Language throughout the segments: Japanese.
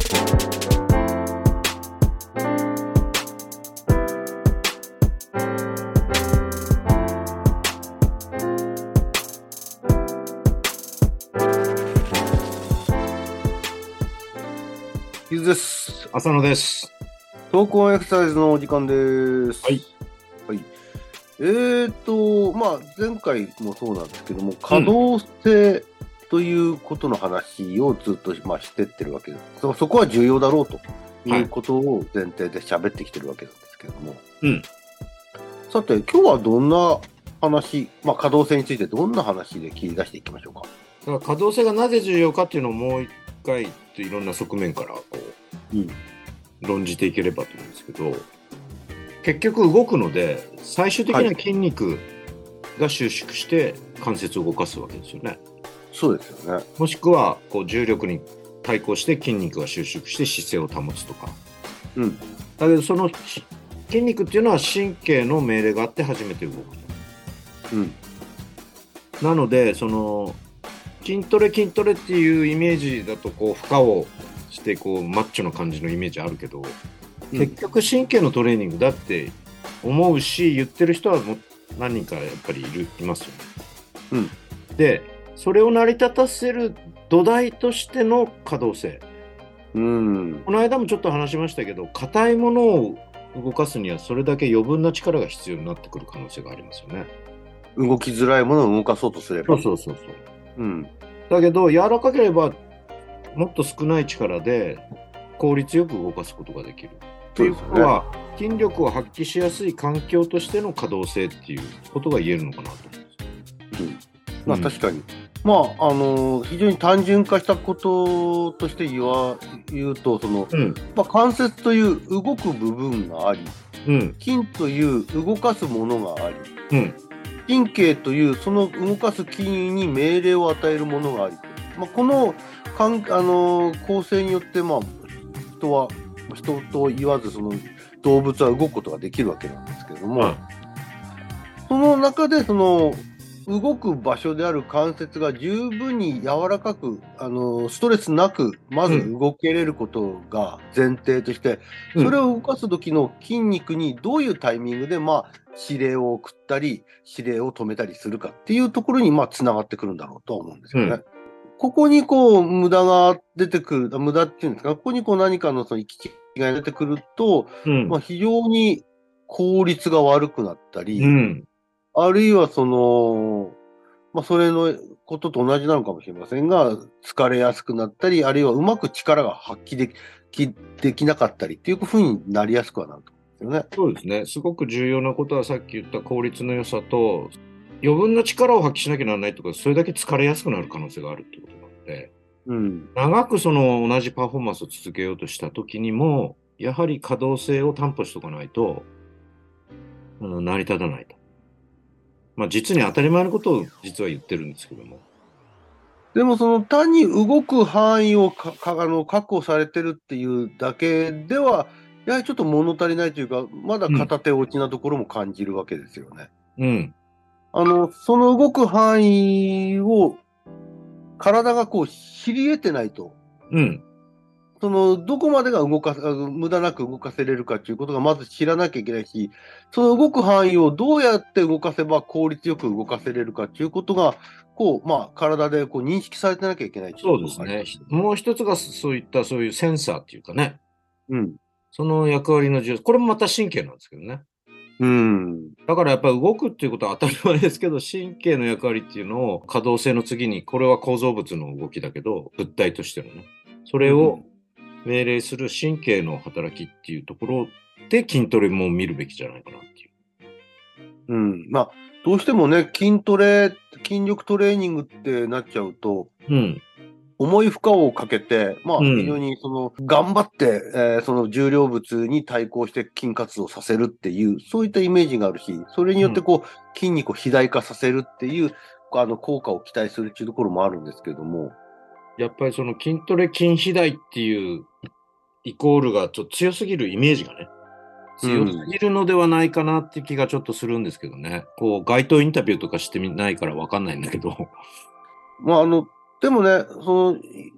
ゆずです。 浅野です。 トークオンエクササイズのお時間です。 はい。 はい。前回もそうなんですけども、可動性ということの話をずっと、してってるわけです。そこは重要だろうということを前提で喋ってきてるわけなんですけども。 うん。 さて、今日はどんな話、可動性についてどんな話で切り出していきましょうか。 だから可動性がなぜ重要かっていうのをもう一回といろんな側面から論じていければと思うんですけど、結局動くので最終的には筋肉が収縮して関節を動かすわけですよね。 そうですよね。 もしくは重力に対抗して筋肉が収縮して姿勢を保つとか。 うん。 だけどその筋肉っていうのは神経の命令があって初めて動く。 うん。 なので筋トレっていうイメージだと負荷をしてマッチョな感じのイメージあるけど、結局神経のトレーニングだって思うし言ってる人はもう何人かやっぱりいますよね。 うん。 でそれを成り立たせる土台としての可動性。この間もちょっと話しましたけど、硬いものを動かすにはそれだけ余分な力が必要になってくる可能性がありますよね。 動きづらいものを動かそうとすれば。 そう。だけど柔らかければもっと少ない力で効率よく動かすことができる。ということは、筋力を発揮しやすい環境としての可動性っていうことが言えるのかなと思うんです。 確かに。非常に単純化したこととして言うと、関節という動く部分があり、筋という動かすものがあり、神経というその動かす筋に命令を与えるものがあり、この構成によって人と言わず動物は動くことができるわけなんですけれども、その中で動く場所である関節が十分に柔らかくストレスなくまず動けれることが前提として、それを動かす時の筋肉にどういうタイミングで指令を送ったり指令を止めたりするかっていうところにつながってくるんだろうと思うんですよね。ここに無駄が出てくる、無駄っていうんですか、ここに何かの行き違いが出てくると、非常に効率が悪くなったり、あるいはそれのことと同じなのかもしれませんが、疲れやすくなったり、あるいはうまく力が発揮できなかったりっていうふうになりやすくはなると思うんですよね。 そうですね。すごく重要なことはさっき言った効率の良さと、余分な力を発揮しなきゃならないとか、それだけ疲れやすくなる可能性があるってことなので、長く同じパフォーマンスを続けようとした時にも、やはり可動性を担保しておかないと、成り立たないと。実に当たり前のことを実は言ってるんですけども。 でも単に動く範囲を確保されてるっていうだけでは、やはりちょっと物足りないというか、まだ片手落ちなところも感じるわけですよね。その動く範囲を体が知り得てないと、どこまでが無駄なく動かせれるかということがまず知らなきゃいけないし、その動く範囲をどうやって動かせば効率よく動かせれるかということが、体で認識されてなきゃいけない。 そうですね。もう一つがそういうセンサーっていうかね。その役割の重要。これもまた神経なんですけどね。だからやっぱり動くっていうことは当たり前ですけど、神経の役割っていうのを可動性の次に、これは構造物の動きだけど、物体としてのね。それを命令する神経の働きっていうところで筋トレも見るべきじゃないかなっていう。 どうしてもね、筋力トレーニングってなっちゃうと、重い負荷をかけて、非常に頑張って、その重量物に対抗して筋活動させるっていう、そういったイメージがあるし、それによって筋肉を肥大化させるっていう、効果を期待するっていうところもあるんですけども。 やっぱり筋トレ筋肥大っていうイコールがちょっと強すぎるイメージがね、強すぎるのではないかなって気がちょっとするんですけどね。街頭インタビューとかしてみないからわかんないんだけど。 でもね、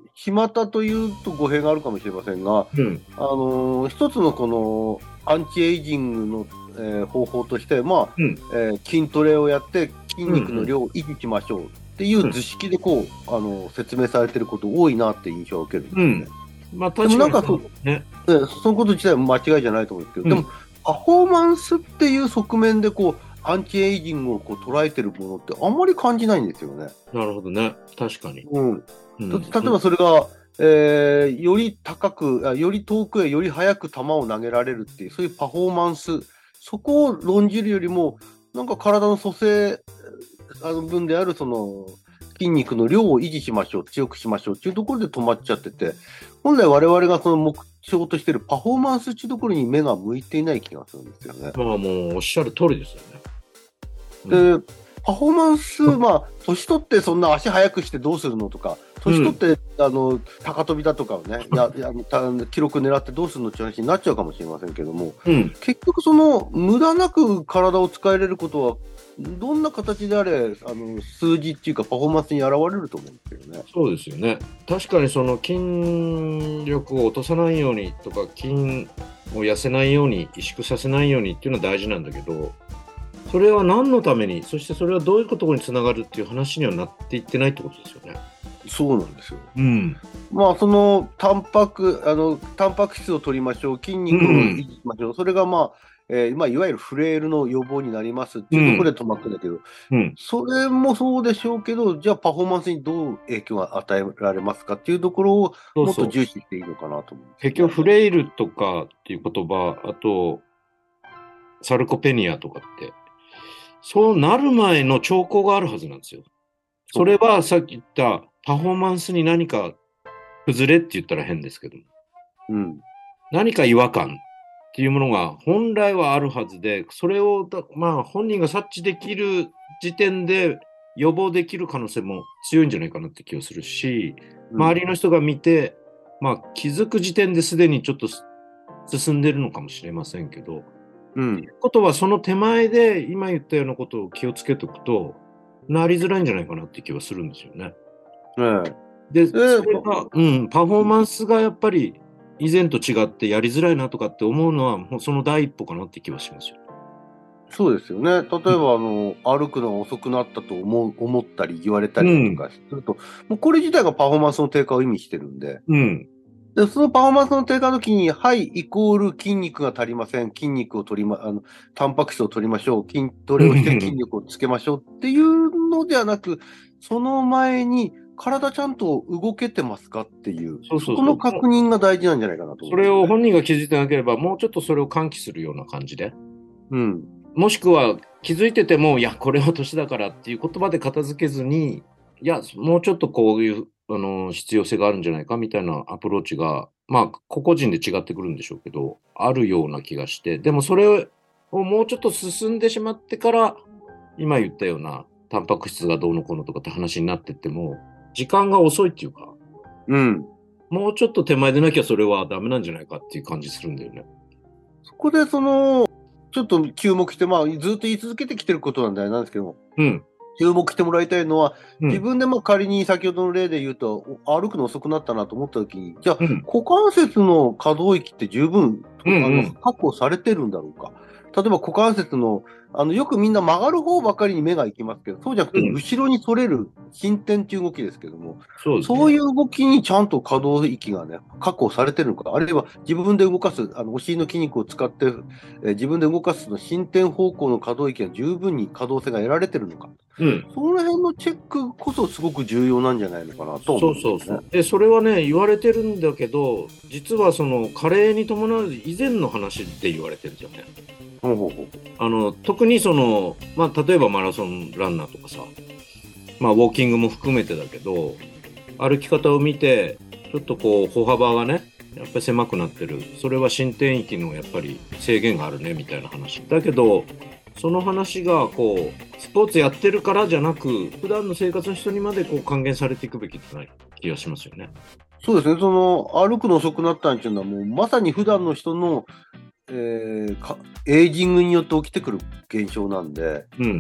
巷というと語弊があるかもしれませんが、一つのこのアンチエイジングの、方法として、筋トレをやって筋肉の量を維持しましょうっていう図式でこう、説明されてること多いなって印象を受けるんですね。でもなんかそのこと自体も間違いじゃないと思うんですけど、でもパフォーマンスっていう側面でこうアンチエイジングをこう捉えてるものってあんまり感じないんですよね。 なるほどね。確かに。 例えばそれが、より高く、より遠くへより速く球を投げられるっていう、そういうパフォーマンス、そこを論じるよりも、なんか体の組成分であるその筋肉の量を維持しましょう、強くしましょうっていうところで止まっちゃってて、本来我々がその目標としているパフォーマンスっていうところに目が向いていない気がするんですよね。 もうおっしゃる通りですよね。 でパフォーマンス、年取ってそんな足速くしてどうするのとか、年取って、高跳びだとかをね、記録狙ってどうするのって話になっちゃうかもしれませんけども、結局その無駄なく体を使えれることは、どんな形であれ数字っていうかパフォーマンスに現れると思うんですよね。 そうですよね。確かにその筋力を落とさないようにとか、筋を痩せないように、萎縮させないようにっていうのは大事なんだけど、それは何のために、そしてそれはどういうところにつながるっていう話にはなっていってないってことですよね。 そうなんですよ。そのタンパク質を取りましょう、筋肉を維持しましょう、それがいわゆるフレイルの予防になりますっていうところで止まってるんだけど、それもそうでしょうけど、じゃあパフォーマンスにどう影響が与えられますかっていうところをもっと重視していいのかなと思う。 結局フレイルとかっていう言葉、あとサルコペニアとかってそうなる前の兆候があるはずなんですよ。それはさっき言ったパフォーマンスに何か崩れって言ったら変ですけど、何か違和感っていうものが本来はあるはずで、それを本人が察知できる時点で予防できる可能性も強いんじゃないかなって気がするし、周りの人が見て、気づく時点ですでにちょっと進んでるのかもしれませんけど、ということはその手前で今言ったようなことを気をつけておくとなりづらいんじゃないかなって気はするんですよね。で、それが、パフォーマンスがやっぱり以前と違ってやりづらいなとかって思うのはもうその第一歩かなって気はしますよ。 そうですよね。例えば、歩くのが遅くなったと思ったり言われたりとかすると、もうこれ自体がパフォーマンスの低下を意味してるんで、でそのパフォーマンスの低下の時に、はい、イコール筋肉が足りません。筋肉をタンパク質を取りましょう。筋トレをして筋力をつけましょうっていうのではなく、その前に体ちゃんと動けてますかっていう、そこの確認が大事なんじゃないかなと思う。 それを本人が気づいてなければ、もうちょっとそれを喚起するような感じで。もしくは気づいてても、いや、これは年だからっていう言葉で片付けずに、いや、もうちょっとこういう必要性があるんじゃないかみたいなアプローチが、個々人で違ってくるんでしょうけど、あるような気がして、でもそれをもうちょっと進んでしまってから、今言ったようなタンパク質がどうのこうのとかって話になってっても、時間が遅いっていうか、もうちょっと手前でなきゃそれはダメなんじゃないかっていう感じするんだよね。 そこでちょっと注目して、ずっと言い続けてきてることなんですけど、注目してもらいたいのは、自分で仮に先ほどの例で言うと、歩くの遅くなったなと思ったときに、じゃあ、股関節の可動域って十分、確保されてるんだろうか。例えば股関節の、よくみんな曲がる方ばかりに目が行きますけど、そうじゃなくて、後ろに反れる伸展という動きですけども、そういう動きにちゃんと可動域がね、確保されてるのか、あるいは自分で動かす、お尻の筋肉を使って、自分で動かす伸展方向の可動域が十分に可動性が得られてるのか、その辺のチェックこそすごく重要なんじゃないのかなと思うんですね。 で、それはね、言われてるんだけど、実はその加齢に伴う以前の話で言われてるんですよね。特に例えばマラソンランナーとかさ、ウォーキングも含めてだけど、歩き方を見てちょっとこう歩幅がねやっぱり狭くなってる、それは伸展域のやっぱり制限があるねみたいな話だけど、その話がこうスポーツやってるからじゃなく、普段の生活の人にまでこう還元されていくべきじゃない気がしますよね。 そうですね。歩くの遅くなったっていうのはもうまさに普段の人のエイジングによって起きてくる現象なんで、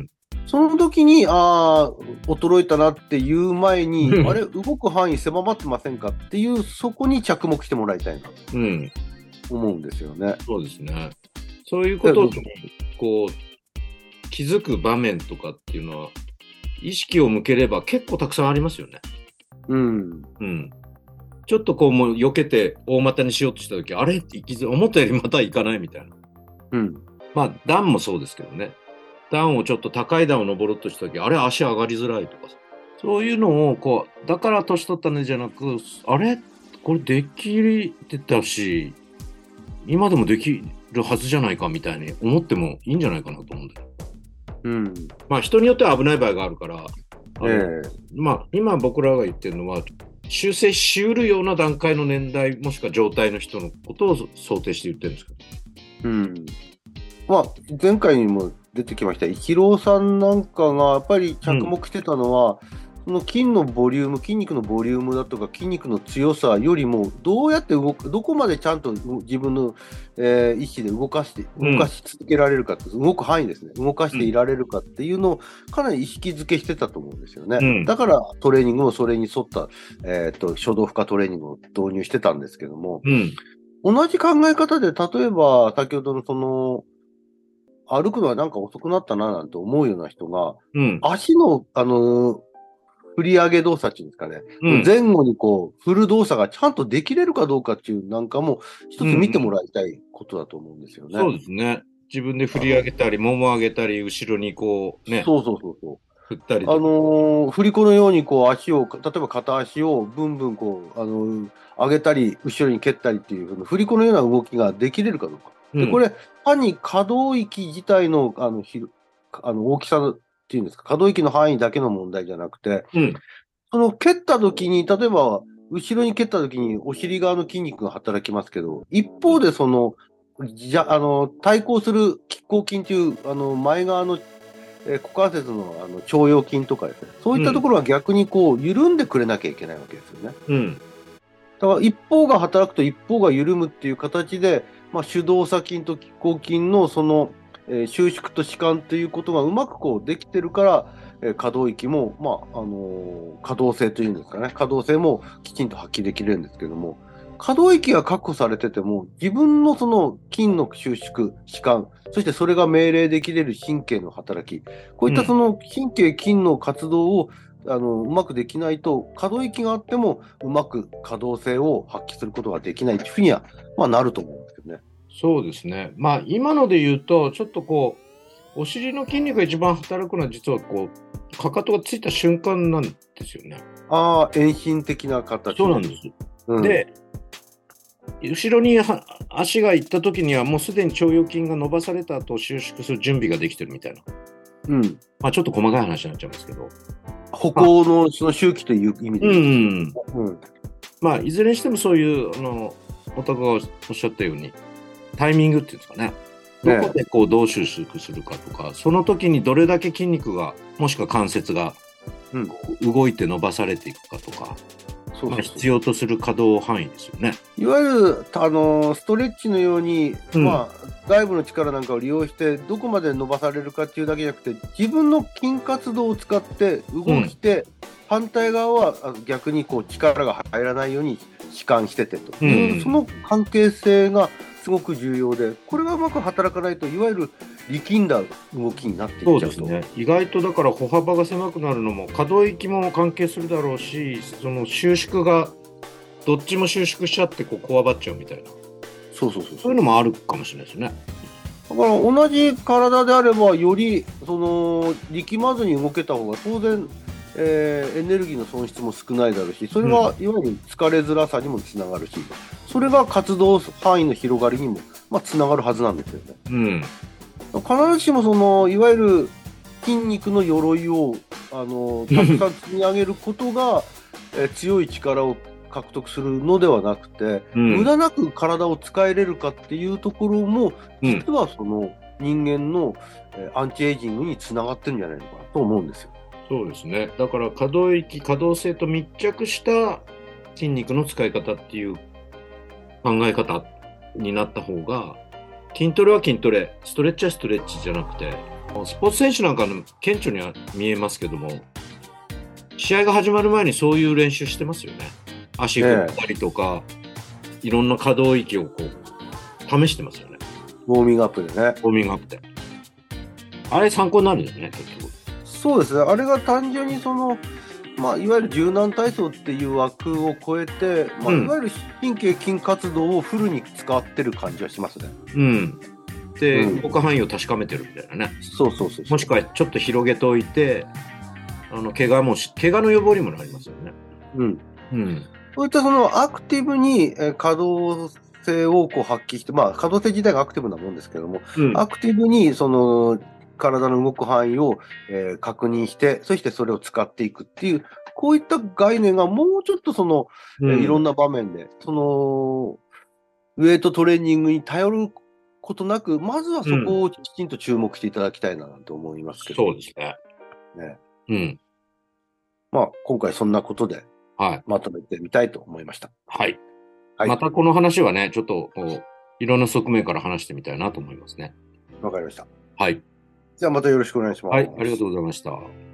その時に、衰えたなっていう前に、あれ、動く範囲狭まってませんかっていう、そこに着目してもらいたいなと思うんですよね。 そうですね。そういうことに、こう、気づく場面とかっていうのは、意識を向ければ結構たくさんありますよね。ちょっとこう、もう避けて大股にしようとした時、あれって思ったよりまた行かないみたいな。まあ、段もそうですけどね。段をちょっと高い段を登ろうとした時、あれ足上がりづらいとか、そういうのをこう、だから年取ったねじゃなく、あれこれできてたし、今でもできるはずじゃないかみたいに思ってもいいんじゃないかなと思うんだよ。まあ人によっては危ない場合があるから、まあ今僕らが言ってるのは、修正しうるような段階の年代もしくは状態の人のことを想定して言ってるんですけど。まあ前回にも出てきましたイチローさんなんかがやっぱり着目してたのは、その筋肉のボリュームだとか筋肉の強さよりもどうやってどこまでちゃんと自分の、意思で動かし続けられるかって、動く範囲ですね、動かしていられるかっていうのをかなり意識づけしてたと思うんですよね。だからトレーニングもそれに沿った、初動負荷トレーニングを導入してたんですけども、同じ考え方で例えば先ほどのその歩くのはなんか遅くなったななんて思うような人が、足の振り上げ動作っていうんですかね、前後にこう振る動作がちゃんとできれるかどうかっていうなんかも一つ見てもらいたいことだと思うんですよね。 そうですね。自分で振り上げたり、もも上げたり、後ろにこうね。振ったりとか。 振り子のようにこう足を、例えば片足をブンブンこう、上げたり、後ろに蹴ったりっていう振り子のような動きができれるかどうか。で、これ、単に可動域自体の、大きさっていうんですか、可動域の範囲だけの問題じゃなくて、その蹴った時に、例えば、後ろに蹴った時にお尻側の筋肉が働きますけど、一方でその、対抗する拮抗筋という、前側の、股関節の、腸腰筋とかですね、そういったところは逆にこう、緩んでくれなきゃいけないわけですよね。だから一方が働くと一方が緩むっていう形で、まあ、手動作筋と拮抗筋のその、収縮と弛緩ということがうまくこうできてるから、可動域も、まあ可動性というんですかね、可動性もきちんと発揮できるんですけども、可動域が確保されてても、自分のその筋の収縮、弛緩、そしてそれが命令できれる神経の働き、こういったその神経、筋の活動をうまくできないと、可動域があってもうまく可動性を発揮することができないというふうには、まあ、なると思うんですけどね。 そうですね。まあ今ので言うと、ちょっとこう、お尻の筋肉が一番働くのは実はこう、かかとがついた瞬間なんですよね。 遠心的な形。 そうなんです。で、後ろに足が行った時にはもうすでに腸腰筋が伸ばされた後収縮する準備ができてるみたいな。まあちょっと細かい話になっちゃいますけど。 歩行のその周期という意味で。 まあいずれにしてもそういうおたかがおっしゃったようにタイミングっていうんですかね。どこでこうどう収縮するかとか、その時にどれだけ筋肉がもしくは関節が動いて伸ばされていくかとか。必要とする可動範囲ですよね。 いわゆるストレッチのように、まあ、外部の力なんかを利用してどこまで伸ばされるかっていうだけじゃなくて、自分の筋活動を使って動いて、反対側は逆にこう力が入らないように弛緩しててという、その関係性がすごく重要で、これがうまく働かないといわゆる力んだ動きになっていっちゃうと。 そうですね。意外とだから歩幅が狭くなるのも可動域も関係するだろうし、その収縮がどっちも収縮しちゃってこうこわばっちゃうみたいな。そういうのもあるかもしれないですね。 だから同じ体であればよりその力まずに動けた方が当然、エネルギーの損失も少ないだろうし、それはいわゆる疲れづらさにもつながるし、それが活動範囲の広がりにもつながるはずなんですよね。必ずしもそのいわゆる筋肉の鎧をたくさん積み上げることが、強い力を獲得するのではなくて、無駄なく体を使えれるかっていうところも、実はその人間の、アンチエイジングにつながってるんじゃないのかなと思うんですよ。 そうですね。だから可動域、可動性と密着した筋肉の使い方っていう考え方になった方が、筋トレは筋トレ、ストレッチはストレッチじゃなくて、 スポーツ選手なんかの顕著には見えますけども、試合が始まる前にそういう練習してますよね。足振ったりとか、いろんな可動域をこう試してますよね。 ウォーミングアップでね。 ウォーミングアップで。あれ参考になるんだよね、結局。 そうですね。あれが単純にいわゆる柔軟体操っていう枠を超えて、いわゆる神経筋活動をフルに使ってる感じはしますね。 で、動く範囲を確かめてるみたいなね。 そうそうそう。 もしくはちょっと広げておいて、怪我の予防にもなりますよね。 そういったアクティブに可動性を発揮して、可動性自体がアクティブなもんですけども、アクティブに体の動く範囲を、確認して、そしてそれを使っていくっていう、こういった概念がもうちょっといろんな場面で、ウェイトトレーニングに頼ることなく、まずはそこをきちんと注目していただきたいなと思いますけど。 そうですね。 今回そんなことで、まとめてみたいと思いました。 はい。またこの話はね、ちょっといろんな側面から話してみたいなと思いますね。 わかりました。 はい。 じゃあまたよろしくお願いします。 はい、ありがとうございました。